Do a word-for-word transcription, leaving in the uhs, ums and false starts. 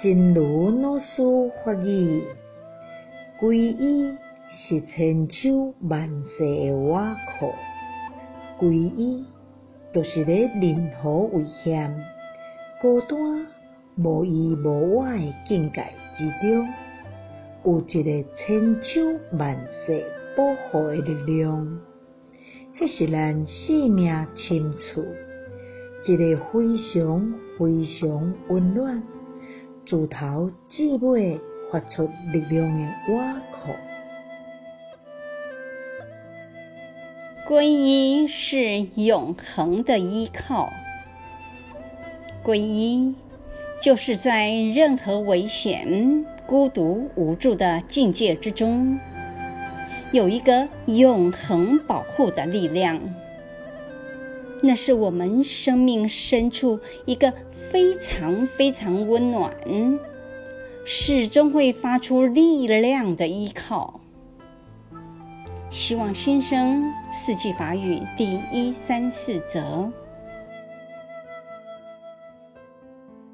真如老师法语，皈依是千手万世的瓦靠，皈依就是咧任何危险、孤单、无依无我的境界之中，有一个千手万世保护的力量，迄是咱生命深处一个非常非常温暖、自头至尾发出力量的瓦靠。 皈依是永恒的依靠，皈依就是在任何危险、孤独、无助的境界之中，有一个永恒保护的力量。那是我们生命深处一个非常非常温暖，始终会发出力量的依靠。希望新生四季法语第一三四则。